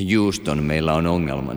Houston, meillä on ongelmani.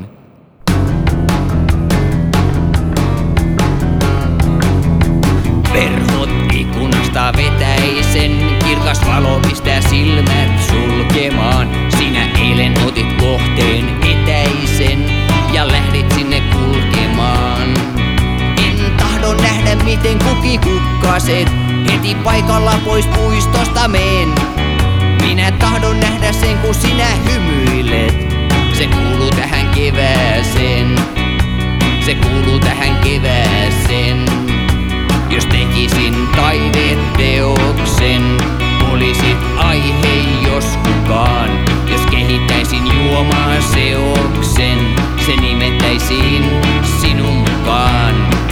Verhot ikkunasta vetäisen, kirkas valo pistää silmät sulkemaan. Sinä eilen otit kohteen etäisen ja lähdit sinne kulkemaan. En tahdo nähdä miten kukkaset heti paikalla pois puistosta meen. Minä tahdon nähdä sen kun sinä hymyilet. Se kuuluu tähän kevääseen. Se kuuluu tähän kevääseen. Jos tekisin taideteoksen, olisit aihe jos kukaan. Jos kehittäisin juomaseoksen, se nimettäisiin sinun mukaan.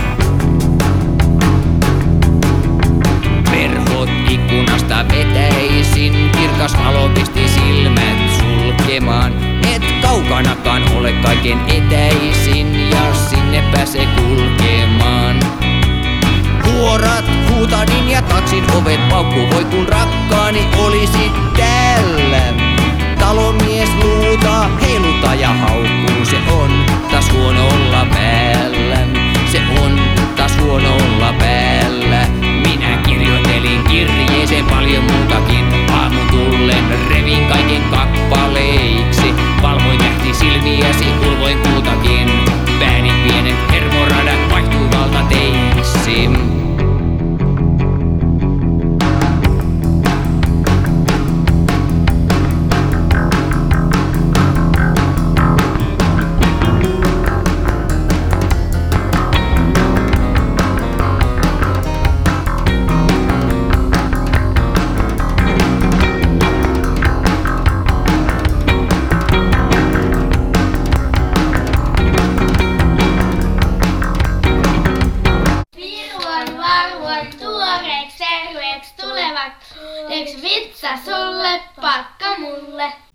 Verhot ikkunasta vetäisin, kirkas valo pisti silmät sulkemaan. Et kaukanakaan ole kaiken etäisin ja sinne pääse kulkemaan. Huorat huutadin ja taksin ovet paukkuu, voi kun rakkaani olisit täällä. Talomies luutaa, heiluttaa ja haukkuu, se on taas huono olla päällä. Se on taas huono olla päällä. Minä kirjoitelin kirjeeseen paljon muutakin. Aamun tullen revin kaiken kappaleiksi. Valvoin tähti silmiäsi, ulvoin kuutakin. Pääni pienet hermoradat vaihtuu valtateiksi. Tuoreeks terveeks tulevaksi, teks vitsa sulle, pakka mulle.